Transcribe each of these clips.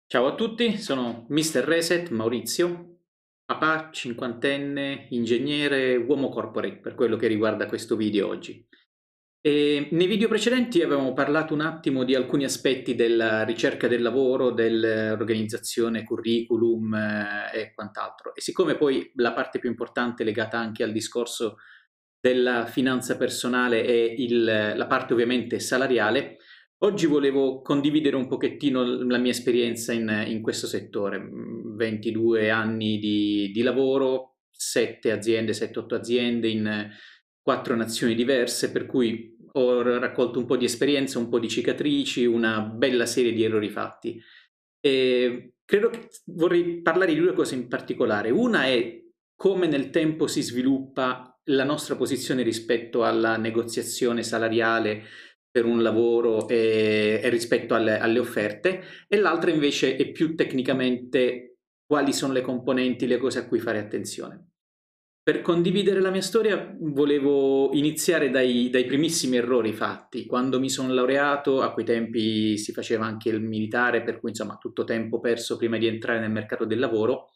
Ciao a tutti, sono Mr. Reset Maurizio, papà, cinquantenne, ingegnere, uomo corporate per quello che riguarda questo video oggi. Nei video precedenti avevamo parlato un attimo di alcuni aspetti della ricerca del lavoro, dell'organizzazione, curriculum e quant'altro. E siccome poi la parte più importante è legata anche al discorso della finanza personale e la parte ovviamente salariale, oggi volevo condividere un pochettino la mia esperienza in questo settore. 22 anni di lavoro, 7 aziende, 7-8 aziende in 4 nazioni diverse, per cui ho raccolto un po' di esperienza, un po' di cicatrici, una bella serie di errori fatti. E credo che vorrei parlare di due cose in particolare. Una è come nel tempo si sviluppa la nostra posizione rispetto alla negoziazione salariale per un lavoro e rispetto alle offerte, e l'altra invece è più tecnicamente quali sono le componenti, le cose a cui fare attenzione. Per condividere la mia storia volevo iniziare dai primissimi errori fatti. Quando mi sono laureato, a quei tempi si faceva anche il militare, per cui insomma tutto tempo perso prima di entrare nel mercato del lavoro.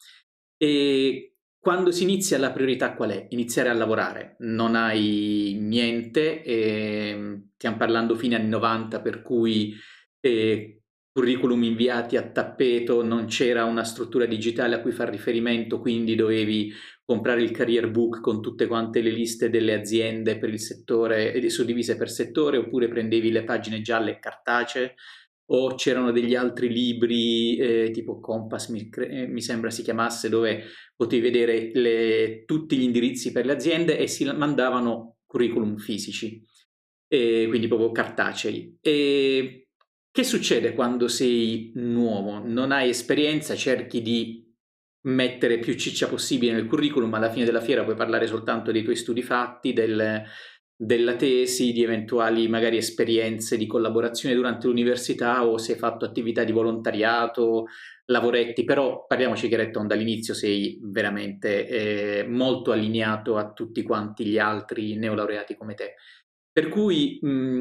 E quando si inizia, la priorità qual è? Iniziare a lavorare. Non hai niente, stiamo parlando fine anni 90, per cui curriculum inviati a tappeto, non c'era una struttura digitale a cui far riferimento, quindi dovevi comprare il career book con tutte quante le liste delle aziende per il settore, suddivise per settore, oppure prendevi le pagine gialle cartacee, o c'erano degli altri libri tipo Compass, mi sembra si chiamasse, dove potevi vedere tutti gli indirizzi per le aziende e si mandavano curriculum fisici, quindi proprio cartacei. E che succede quando sei nuovo? Non hai esperienza, cerchi di mettere più ciccia possibile nel curriculum, ma alla fine della fiera puoi parlare soltanto dei tuoi studi fatti, della tesi, di eventuali magari esperienze di collaborazione durante l'università, o se hai fatto attività di volontariato, lavoretti, però parliamoci chiaramente, dall'inizio sei veramente molto allineato a tutti quanti gli altri neolaureati come te. Per cui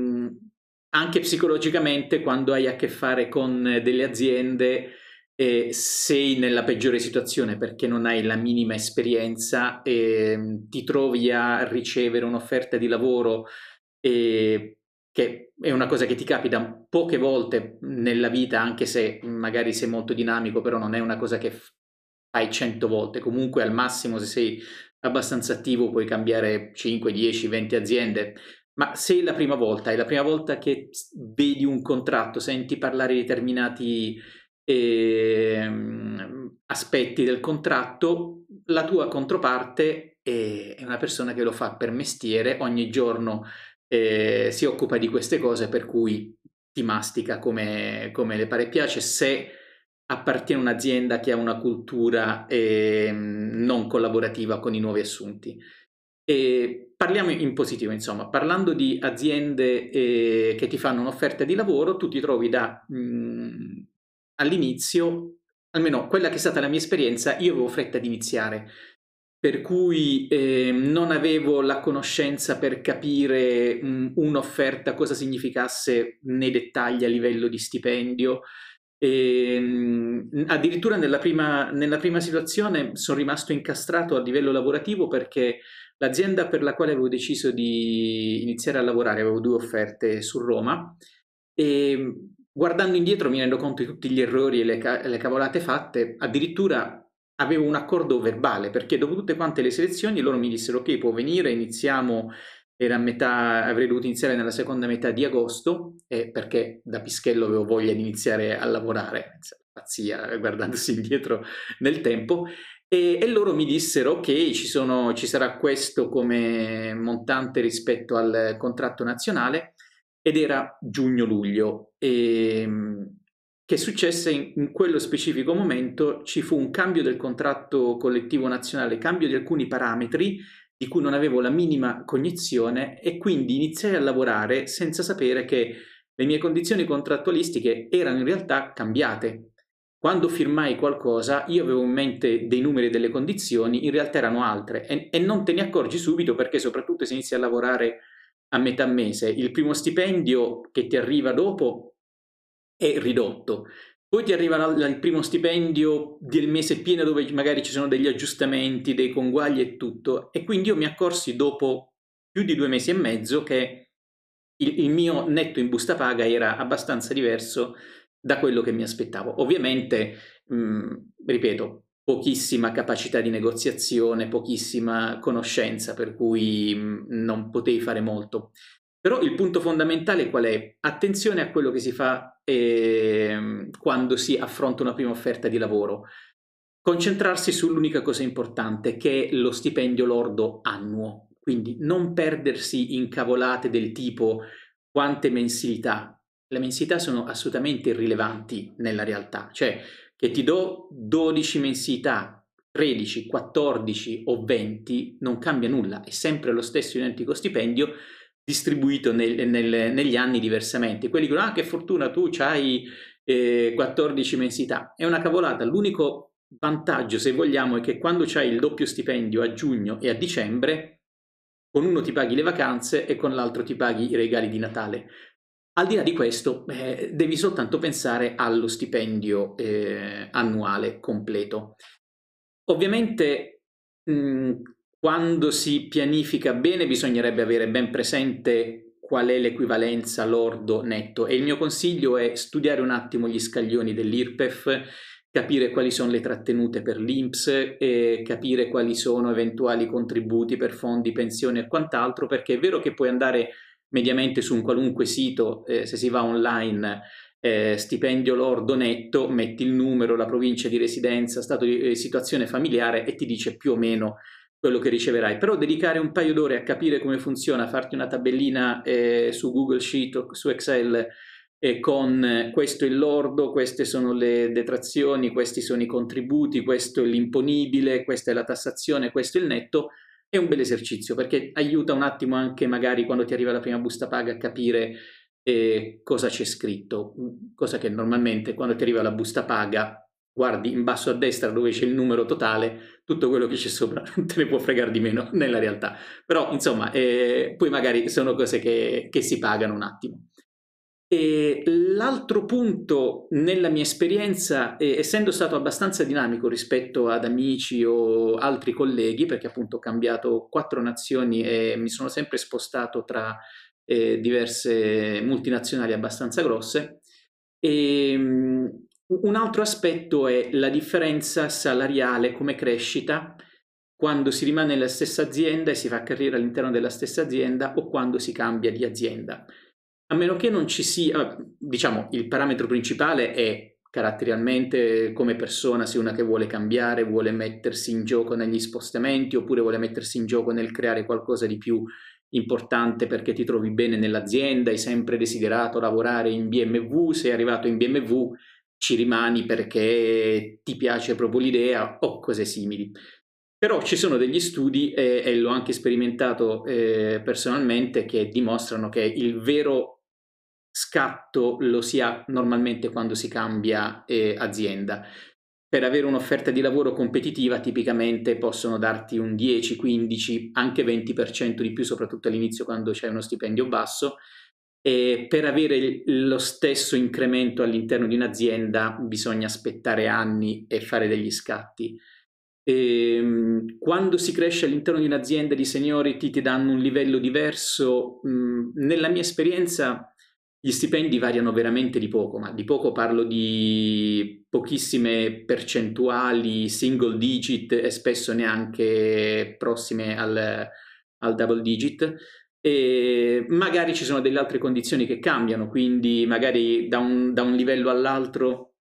anche psicologicamente, quando hai a che fare con delle aziende, sei nella peggiore situazione perché non hai la minima esperienza e ti trovi a ricevere un'offerta di lavoro, che è una cosa che ti capita poche volte nella vita, anche se magari sei molto dinamico, però non è una cosa che fai 100 volte. Comunque al massimo, se sei abbastanza attivo, puoi cambiare 5, 10, 20 aziende. Ma se la prima volta, è la prima volta che vedi un contratto, senti parlare di determinati aspetti del contratto, la tua controparte è una persona che lo fa per mestiere, ogni giorno si occupa di queste cose, per cui ti mastica come le pare e piace. Se appartiene a un'azienda che ha una cultura non collaborativa con i nuovi assunti. E parliamo in positivo, insomma, parlando di aziende che ti fanno un'offerta di lavoro, tu ti trovi all'inizio, almeno quella che è stata la mia esperienza, io avevo fretta di iniziare, per cui non avevo la conoscenza per capire un'offerta cosa significasse nei dettagli a livello di stipendio. Addirittura nella prima situazione sono rimasto incastrato a livello lavorativo, perché l'azienda per la quale avevo deciso di iniziare a lavorare, avevo due offerte su Roma, e guardando indietro mi rendo conto di tutti gli errori e le cavolate fatte. Addirittura avevo un accordo verbale, perché dopo tutte quante le selezioni loro mi dissero: ok, può venire, iniziamo. Era a metà, avrei dovuto iniziare nella seconda metà di agosto, perché da Pischello avevo voglia di iniziare a lavorare, pazzia, guardandosi indietro nel tempo. E loro mi dissero: ok, ci sarà questo come montante rispetto al contratto nazionale, ed era giugno-luglio. Che successe in quello specifico momento? Ci fu un cambio del contratto collettivo nazionale, cambio di alcuni parametri di cui non avevo la minima cognizione, e quindi iniziai a lavorare senza sapere che le mie condizioni contrattualistiche erano in realtà cambiate. Quando firmai qualcosa, io avevo in mente dei numeri e delle condizioni, in realtà erano altre, e non te ne accorgi subito, perché soprattutto se inizi a lavorare a metà mese, il primo stipendio che ti arriva dopo è ridotto. poi ti arriva il primo stipendio del mese pieno dove magari ci sono degli aggiustamenti, dei conguagli e tutto, e quindi io mi accorsi dopo più di 2 mesi e mezzo che il mio netto in busta paga era abbastanza diverso da quello che mi aspettavo. Ovviamente, ripeto, pochissima capacità di negoziazione, pochissima conoscenza, per cui non potei fare molto. Però il punto fondamentale qual è? Attenzione a quello che si fa quando si affronta una prima offerta di lavoro. Concentrarsi sull'unica cosa importante, che è lo stipendio lordo annuo. Quindi non perdersi in cavolate del tipo quante mensilità. Le mensilità sono assolutamente irrilevanti nella realtà, cioè che ti do 12 mensilità, 13, 14 o 20 non cambia nulla, è sempre lo stesso identico stipendio distribuito negli anni diversamente. Quelli dicono, ah che fortuna, tu hai 14 mensilità, è una cavolata. L'unico vantaggio, se vogliamo, è che quando c'hai il doppio stipendio a giugno e a dicembre, con uno ti paghi le vacanze e con l'altro ti paghi i regali di Natale. Al di là di questo, devi soltanto pensare allo stipendio annuale completo. Ovviamente, quando si pianifica bene bisognerebbe avere ben presente qual è l'equivalenza lordo netto, e il mio consiglio è studiare un attimo gli scaglioni dell'IRPEF, capire quali sono le trattenute per l'INPS e capire quali sono eventuali contributi per fondi, pensioni e quant'altro, perché è vero che puoi andare mediamente su un qualunque sito, se si va online, stipendio lordo netto, metti il numero, la provincia di residenza, stato di situazione familiare e ti dice più o meno quello che riceverai. Però dedicare un paio d'ore a capire come funziona, farti una tabellina su Google Sheet o su Excel con questo è il lordo, queste sono le detrazioni, questi sono i contributi, questo è l'imponibile, questa è la tassazione, questo è il netto, è un bel esercizio perché aiuta un attimo anche magari quando ti arriva la prima busta paga a capire cosa c'è scritto, cosa che normalmente quando ti arriva la busta paga guardi in basso a destra dove c'è il numero totale, tutto quello che c'è sopra te ne può fregare di meno nella realtà, però insomma poi magari sono cose che si pagano un attimo. E l'altro punto nella mia esperienza, essendo stato abbastanza dinamico rispetto ad amici o altri colleghi, perché appunto ho cambiato 4 nazioni e mi sono sempre spostato tra diverse multinazionali abbastanza grosse, un altro aspetto è la differenza salariale come crescita quando si rimane nella stessa azienda e si fa carriera all'interno della stessa azienda o quando si cambia di azienda. A meno che non ci sia, diciamo, il parametro principale è caratterialmente come persona, se una che vuole cambiare, vuole mettersi in gioco negli spostamenti oppure vuole mettersi in gioco nel creare qualcosa di più importante perché ti trovi bene nell'azienda, hai sempre desiderato lavorare in BMW, sei arrivato in BMW, ci rimani perché ti piace proprio l'idea o cose simili. Però ci sono degli studi, e l'ho anche sperimentato personalmente, che dimostrano che il vero scatto lo si ha normalmente quando si cambia azienda. Per avere un'offerta di lavoro competitiva tipicamente possono darti un 10, 15, anche 20% di più, soprattutto all'inizio quando c'è uno stipendio basso, e per avere lo stesso incremento all'interno di un'azienda bisogna aspettare anni e fare degli scatti. Quando si cresce all'interno di un'azienda di seniority ti danno un livello diverso. Nella mia esperienza gli stipendi variano veramente di poco, ma di poco parlo di pochissime percentuali, single digit e spesso neanche prossime al double digit. E magari ci sono delle altre condizioni che cambiano, quindi magari da un livello all'altro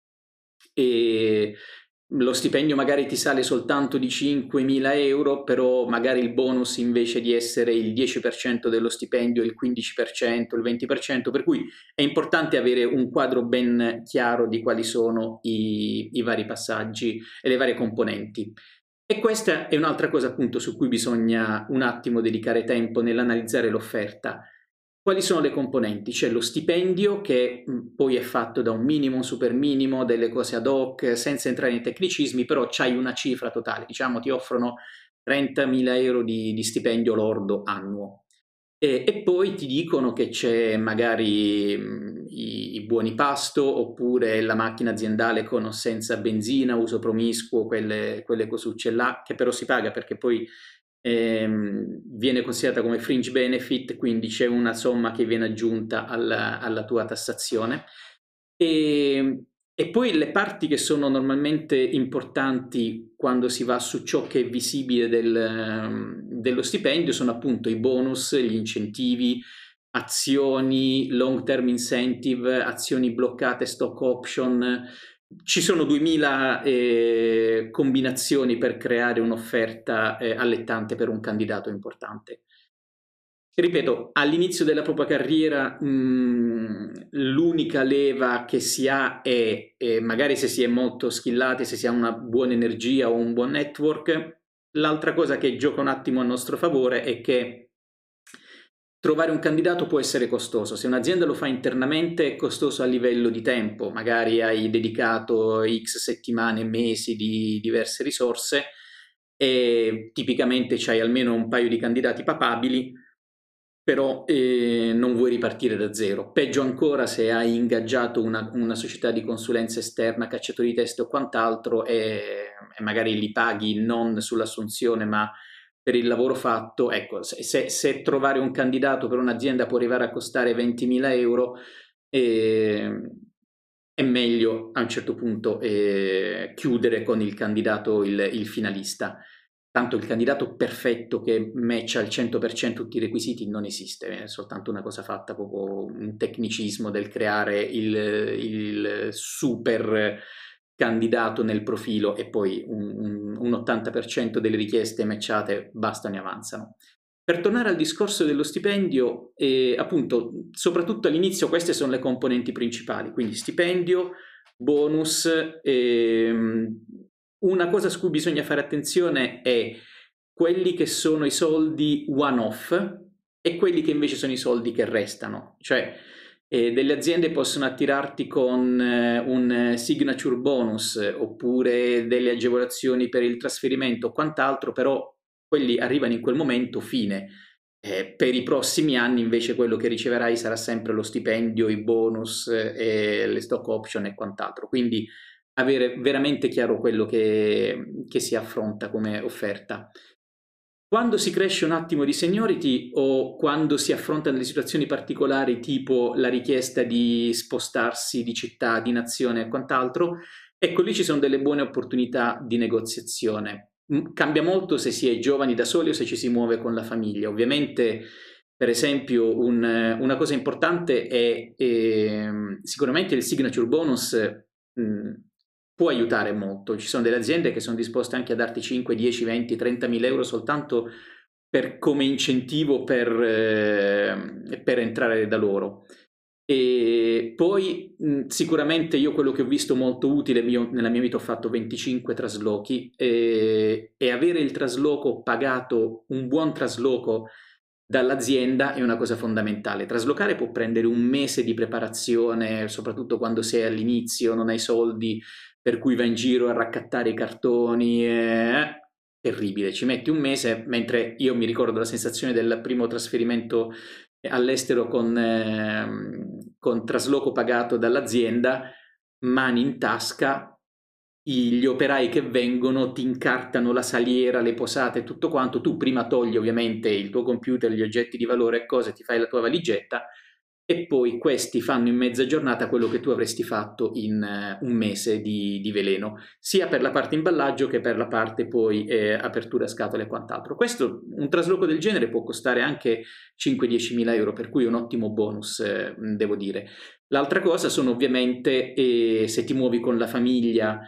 lo stipendio magari ti sale soltanto di 5.000 euro, però magari il bonus invece di essere il 10% dello stipendio, il 15%, il 20%, per cui è importante avere un quadro ben chiaro di quali sono i vari passaggi e le varie componenti. E questa è un'altra cosa appunto su cui bisogna un attimo dedicare tempo nell'analizzare l'offerta. Quali sono le componenti? C'è lo stipendio che poi è fatto da un minimo, un super minimo, delle cose ad hoc, senza entrare nei tecnicismi, però c'hai una cifra totale, diciamo ti offrono 30.000 euro di stipendio lordo annuo. E poi ti dicono che c'è magari i buoni pasto, oppure la macchina aziendale con o senza benzina, uso promiscuo, quelle cosucce là, che però si paga perché poi viene considerata come fringe benefit, quindi c'è una somma che viene aggiunta alla tua tassazione. E poi le parti che sono normalmente importanti quando si va su ciò che è visibile dello stipendio sono appunto i bonus, gli incentivi, azioni, long term incentive, azioni bloccate, stock option. Ci sono 2000 combinazioni per creare un'offerta allettante per un candidato importante. Ripeto, all'inizio della propria carriera l'unica leva che si ha è, magari se si è molto skillati, se si ha una buona energia o un buon network. L'altra cosa che gioca un attimo a nostro favore è che trovare un candidato può essere costoso. Se un'azienda lo fa internamente è costoso a livello di tempo, magari hai dedicato X settimane, mesi di diverse risorse e tipicamente c'hai almeno un paio di candidati papabili, però non vuoi ripartire da zero. Peggio ancora se hai ingaggiato una società di consulenza esterna, cacciatori di test o quant'altro, e magari li paghi non sull'assunzione ma per il lavoro fatto. Ecco, se trovare un candidato per un'azienda può arrivare a costare 20.000 euro, è meglio a un certo punto chiudere con il candidato, il finalista. Tanto il candidato perfetto che matcha al 100% tutti i requisiti non esiste, è soltanto una cosa fatta, proprio un tecnicismo del creare il super candidato nel profilo e poi un 80% delle richieste matchate bastano e avanzano. Per tornare al discorso dello stipendio, appunto, soprattutto all'inizio queste sono le componenti principali, quindi stipendio, bonus. Una cosa su cui bisogna fare attenzione è quelli che sono i soldi one-off e quelli che invece sono i soldi che restano. Cioè, delle aziende possono attirarti con un signature bonus oppure delle agevolazioni per il trasferimento o quant'altro, però quelli arrivano in quel momento, fine. Per i prossimi anni invece quello che riceverai sarà sempre lo stipendio, i bonus, le stock option e quant'altro. Quindi avere veramente chiaro quello che si affronta come offerta. Quando si cresce un attimo di seniority o quando si affrontano delle situazioni particolari tipo la richiesta di spostarsi di città, di nazione e quant'altro, ecco lì ci sono delle buone opportunità di negoziazione. Cambia molto se si è giovani da soli o se ci si muove con la famiglia. Ovviamente, per esempio, una cosa importante è sicuramente il signature bonus. Può aiutare molto. Ci sono delle aziende che sono disposte anche a darti 5, 10, 20, 30.000 euro soltanto come incentivo per entrare da loro. E poi sicuramente io quello che ho visto molto utile, nella mia vita ho fatto 25 traslochi, e avere il trasloco pagato, un buon trasloco dall'azienda è una cosa fondamentale. Traslocare può prendere un mese di preparazione, soprattutto quando sei all'inizio, non hai soldi, per cui vai in giro a raccattare i cartoni. Terribile, ci metti un mese, mentre io mi ricordo la sensazione del primo trasferimento all'estero con trasloco pagato dall'azienda, mani in tasca, gli operai che vengono ti incartano la saliera, le posate, tutto quanto. Tu prima togli ovviamente il tuo computer, gli oggetti di valore e cose, ti fai la tua valigetta e poi questi fanno in mezza giornata quello che tu avresti fatto in un mese di veleno, sia per la parte imballaggio che per la parte poi apertura scatole e quant'altro. Questo, un trasloco del genere può costare anche 5-10 mila euro, per cui è un ottimo bonus, devo dire. L'altra cosa sono ovviamente se ti muovi con la famiglia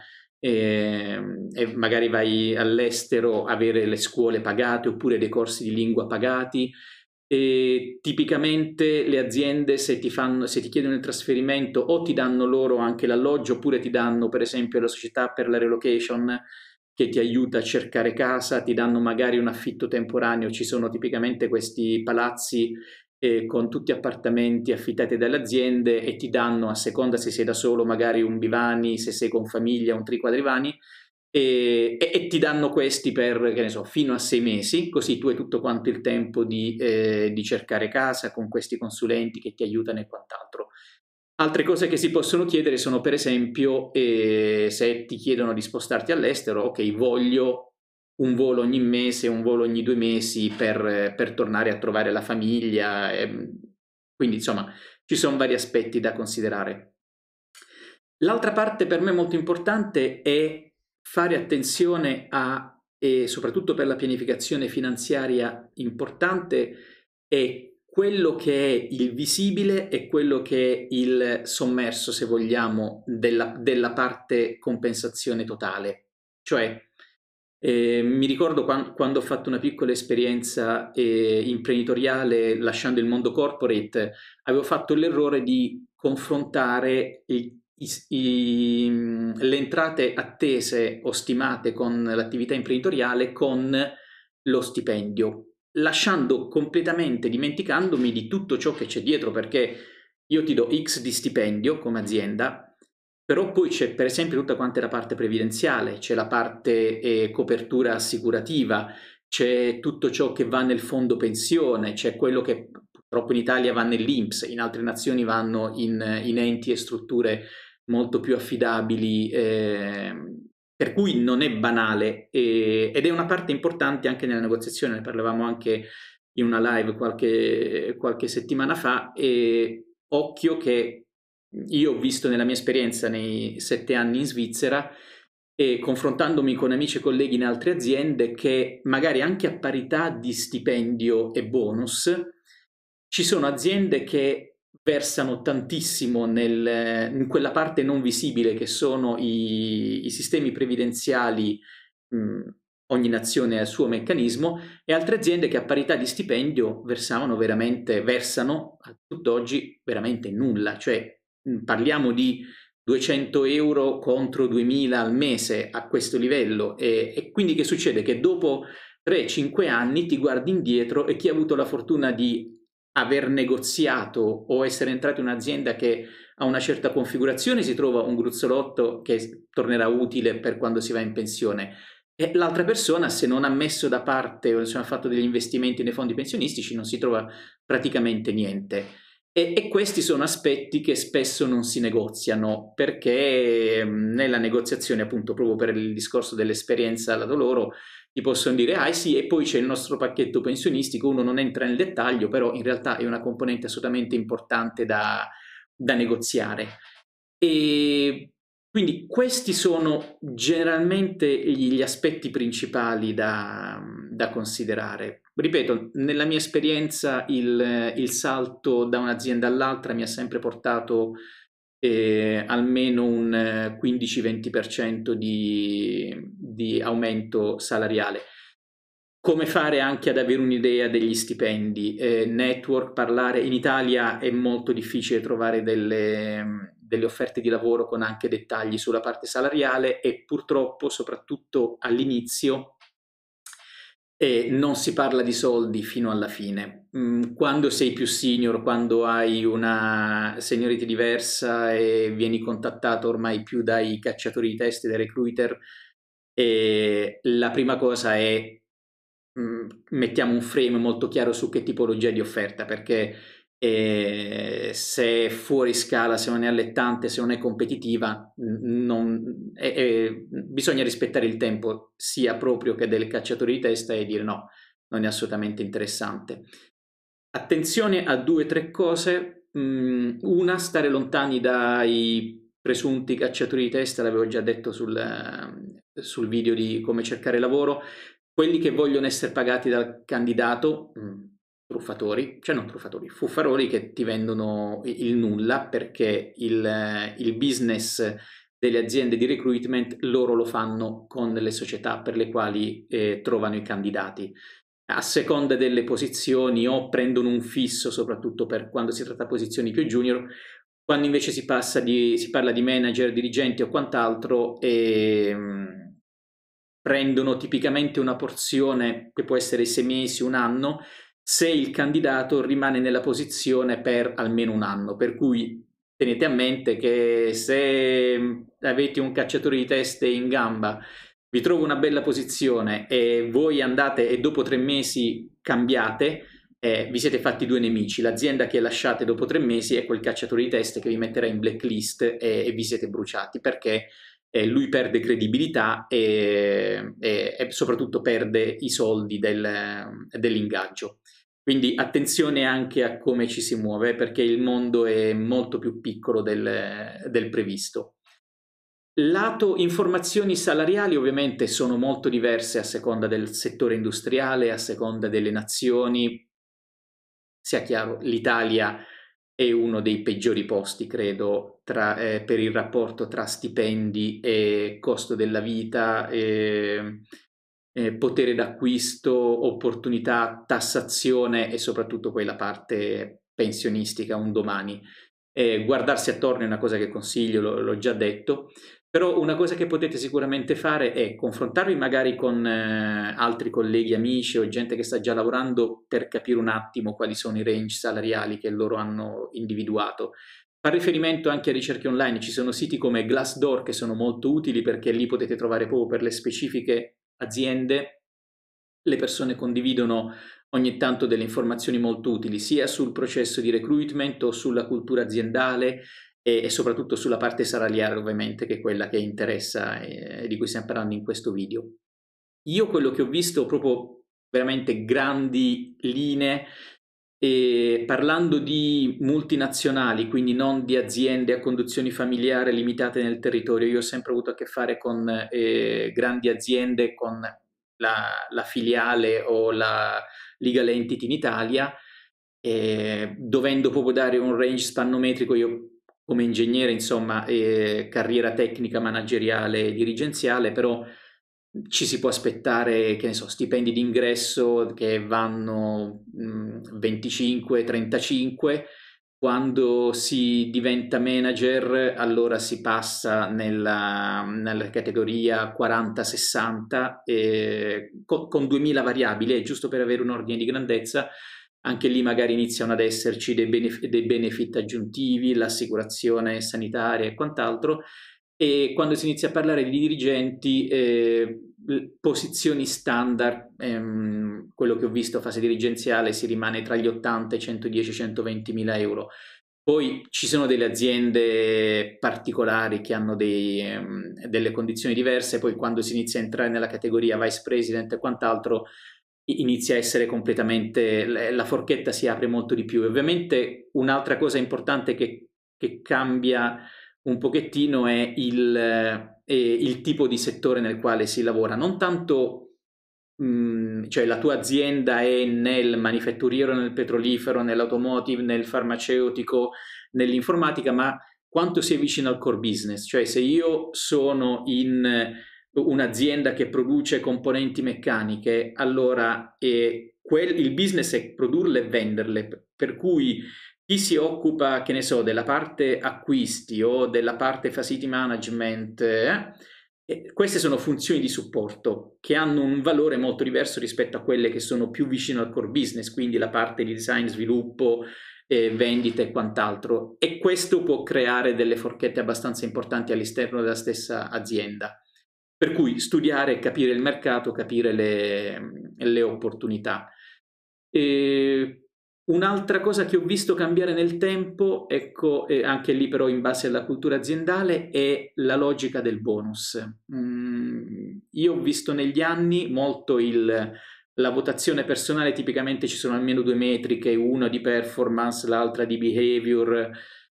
e magari vai all'estero, avere le scuole pagate oppure dei corsi di lingua pagati. E tipicamente le aziende se ti chiedono il trasferimento o ti danno loro anche l'alloggio oppure ti danno per esempio la società per la relocation che ti aiuta a cercare casa, ti danno magari un affitto temporaneo. Ci sono tipicamente questi palazzi con tutti appartamenti affittati dalle aziende e ti danno, a seconda se sei da solo, magari un bivani, se sei con famiglia un triquadrivani, e ti danno questi per, che ne so, fino a 6 mesi, così tu hai tutto quanto il tempo di cercare casa con questi consulenti che ti aiutano e quant'altro. Altre cose che si possono chiedere sono, per esempio, se ti chiedono di spostarti all'estero, ok, voglio un volo ogni mese, un volo ogni 2 mesi per tornare a trovare la famiglia. Quindi, insomma, ci sono vari aspetti da considerare. L'altra parte per me molto importante è fare attenzione a, e soprattutto per la pianificazione finanziaria importante, è quello che è il visibile e quello che è il sommerso, se vogliamo, della parte compensazione totale. Cioè, mi ricordo quando ho fatto una piccola esperienza imprenditoriale lasciando il mondo corporate, avevo fatto l'errore di confrontare le entrate attese o stimate con l'attività imprenditoriale con lo stipendio, lasciando completamente, dimenticandomi di tutto ciò che c'è dietro, perché io ti do X di stipendio come azienda, però poi c'è per esempio tutta quanta la parte previdenziale, c'è la parte copertura assicurativa, c'è tutto ciò che va nel fondo pensione, c'è quello che purtroppo in Italia va nell'INPS, in altre nazioni vanno in enti e strutture molto più affidabili, per cui non è banale ed è una parte importante anche nella negoziazione, ne parlavamo anche in una live qualche settimana fa, e occhio che io ho visto nella mia esperienza nei 7 anni in Svizzera e confrontandomi con amici e colleghi in altre aziende che magari anche a parità di stipendio e bonus ci sono aziende che versano tantissimo in quella parte non visibile che sono i sistemi previdenziali. Ogni nazione ha il suo meccanismo, e altre aziende che a parità di stipendio versano a tutt'oggi veramente nulla, cioè parliamo di 200 euro contro 2000 al mese a questo livello, e quindi che succede? Che dopo 3-5 anni ti guardi indietro e chi ha avuto la fortuna di aver negoziato o essere entrato in un'azienda che ha una certa configurazione si trova un gruzzolotto che tornerà utile per quando si va in pensione, e l'altra persona, se non ha messo da parte o se non ha fatto degli investimenti nei fondi pensionistici, non si trova praticamente niente. E questi sono aspetti che spesso non si negoziano, perché nella negoziazione, appunto, proprio per il discorso dell'esperienza lato loro, ti possono dire, ah sì, e poi c'è il nostro pacchetto pensionistico, uno non entra nel dettaglio, però in realtà è una componente assolutamente importante da negoziare. E quindi questi sono generalmente gli aspetti principali da considerare. Ripeto, nella mia esperienza il salto da un'azienda all'altra mi ha sempre portato almeno un 15-20% di aumento salariale. Come fare anche ad avere un'idea degli stipendi? Network, parlare. In Italia è molto difficile trovare delle offerte di lavoro con anche dettagli sulla parte salariale, e purtroppo, soprattutto all'inizio, non si parla di soldi fino alla fine. Quando sei più senior, quando hai una seniority diversa e vieni contattato ormai più dai cacciatori di teste, dai recruiter, la prima cosa è mettiamo un frame molto chiaro su che tipologia di offerta, perché se è fuori scala, se non è allettante, se non è competitiva, bisogna rispettare il tempo sia proprio che del cacciatore di testa e dire no, non è assolutamente interessante. Attenzione a 2 o 3 cose. Una, stare lontani dai presunti cacciatori di testa, l'avevo già detto sul video di come cercare lavoro. Quelli che vogliono essere pagati dal candidato, truffatori, cioè non truffatori, fuffaroli che ti vendono il nulla, perché il business delle aziende di recruitment loro lo fanno con le società per le quali trovano i candidati. A seconda delle posizioni o prendono un fisso, soprattutto per quando si tratta di posizioni più junior, quando invece si parla di manager, dirigenti o quant'altro, prendono tipicamente una porzione che può essere 6 mesi, un anno, se il candidato rimane nella posizione per almeno un anno. Per cui tenete a mente che se avete un cacciatore di teste in gamba vi trovo una bella posizione e voi andate e dopo 3 mesi cambiate, vi siete fatti due nemici, l'azienda che lasciate dopo 3 mesi e quel cacciatore di teste che vi metterà in blacklist e vi siete bruciati perché lui perde credibilità e soprattutto perde i soldi dell'ingaggio. Quindi attenzione anche a come ci si muove perché il mondo è molto più piccolo del previsto. Lato informazioni salariali ovviamente sono molto diverse a seconda del settore industriale, a seconda delle nazioni. Sia chiaro, l'Italia è uno dei peggiori posti, credo, per il rapporto tra stipendi e costo della vita, potere d'acquisto, opportunità, tassazione e soprattutto poi la parte pensionistica un domani. Guardarsi attorno è una cosa che consiglio, l'ho già detto, però una cosa che potete sicuramente fare è confrontarvi magari con altri colleghi, amici o gente che sta già lavorando per capire un attimo quali sono i range salariali che loro hanno individuato. Fa riferimento anche a ricerche online, ci sono siti come Glassdoor che sono molto utili perché lì potete trovare proprio per le specifiche aziende, le persone condividono ogni tanto delle informazioni molto utili sia sul processo di recruitment o sulla cultura aziendale e soprattutto sulla parte salariale ovviamente che è quella che interessa e di cui stiamo parlando in questo video. Io quello che ho visto proprio veramente grandi linee e parlando di multinazionali, quindi non di aziende a conduzioni familiari limitate nel territorio, io ho sempre avuto a che fare con grandi aziende, con la filiale o la legal entity in Italia, dovendo proprio dare un range spannometrico, io come ingegnere, insomma, carriera tecnica, manageriale, dirigenziale, però ci si può aspettare, che ne so, stipendi d'ingresso che vanno 25-35, quando si diventa manager allora si passa nella categoria 40-60 con 2000 variabili, giusto per avere un ordine di grandezza. Anche lì magari iniziano ad esserci dei benefit aggiuntivi, l'assicurazione sanitaria e quant'altro, e quando si inizia a parlare di dirigenti, posizioni standard, quello che ho visto fase dirigenziale si rimane tra gli 80 e i 110-120 mila euro. Poi ci sono delle aziende particolari che hanno delle condizioni diverse, poi quando si inizia a entrare nella categoria vice president e quant'altro inizia a essere completamente, la forchetta si apre molto di più. E ovviamente un'altra cosa importante che cambia un pochettino è il tipo di settore nel quale si lavora, non tanto cioè la tua azienda è nel manifatturiero, nel petrolifero, nell'automotive, nel farmaceutico, nell'informatica, ma quanto sei vicino al core business, cioè se io sono in un'azienda che produce componenti meccaniche, allora il business è produrle e venderle, per cui chi si occupa, che ne so, della parte acquisti o della parte facility management, queste sono funzioni di supporto che hanno un valore molto diverso rispetto a quelle che sono più vicine al core business, quindi la parte di design, sviluppo, vendita e quant'altro. E questo può creare delle forchette abbastanza importanti all'esterno della stessa azienda. Per cui studiare, capire il mercato, capire le opportunità. Un'altra cosa che ho visto cambiare nel tempo, ecco, anche lì però in base alla cultura aziendale, è la logica del bonus. Io ho visto negli anni molto la votazione personale, tipicamente ci sono almeno due metriche, una di performance, l'altra di behavior,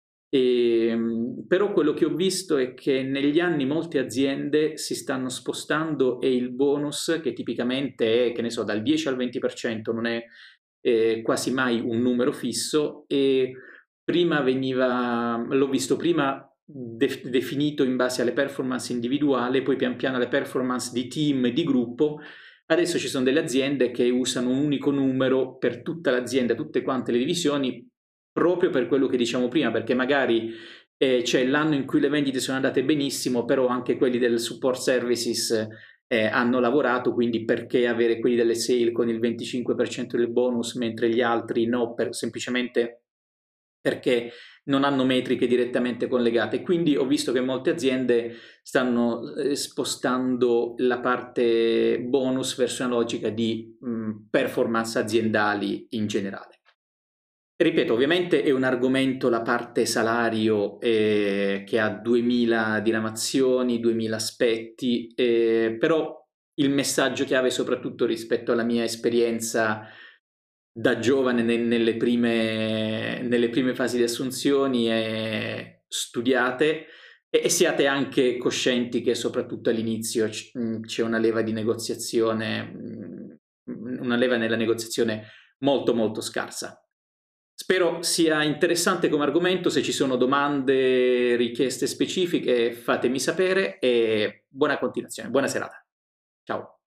però quello che ho visto è che negli anni molte aziende si stanno spostando e il bonus, che tipicamente è, che ne so, dal 10 al 20%, non è quasi mai un numero fisso, e prima l'ho visto prima definito in base alle performance individuali, poi pian piano alle performance di team e di gruppo. Adesso ci sono delle aziende che usano un unico numero per tutta l'azienda, tutte quante le divisioni, proprio per quello che diciamo prima, perché magari c'è l'anno in cui le vendite sono andate benissimo, però anche quelli del support services hanno lavorato, quindi perché avere quelli delle sale con il 25% del bonus mentre gli altri no, semplicemente perché non hanno metriche direttamente collegate. Quindi ho visto che molte aziende stanno spostando la parte bonus verso una logica di performance aziendali in generale. Ripeto, ovviamente è un argomento, la parte salario, che ha 2000 diramazioni, 2000 aspetti, però il messaggio chiave, soprattutto rispetto alla mia esperienza da giovane nelle prime fasi di assunzioni, è studiate e siate anche coscienti che soprattutto all'inizio c'è una leva di negoziazione, una leva nella negoziazione molto molto scarsa. Spero sia interessante come argomento. Se ci sono domande, richieste specifiche, fatemi sapere e buona continuazione, buona serata. Ciao.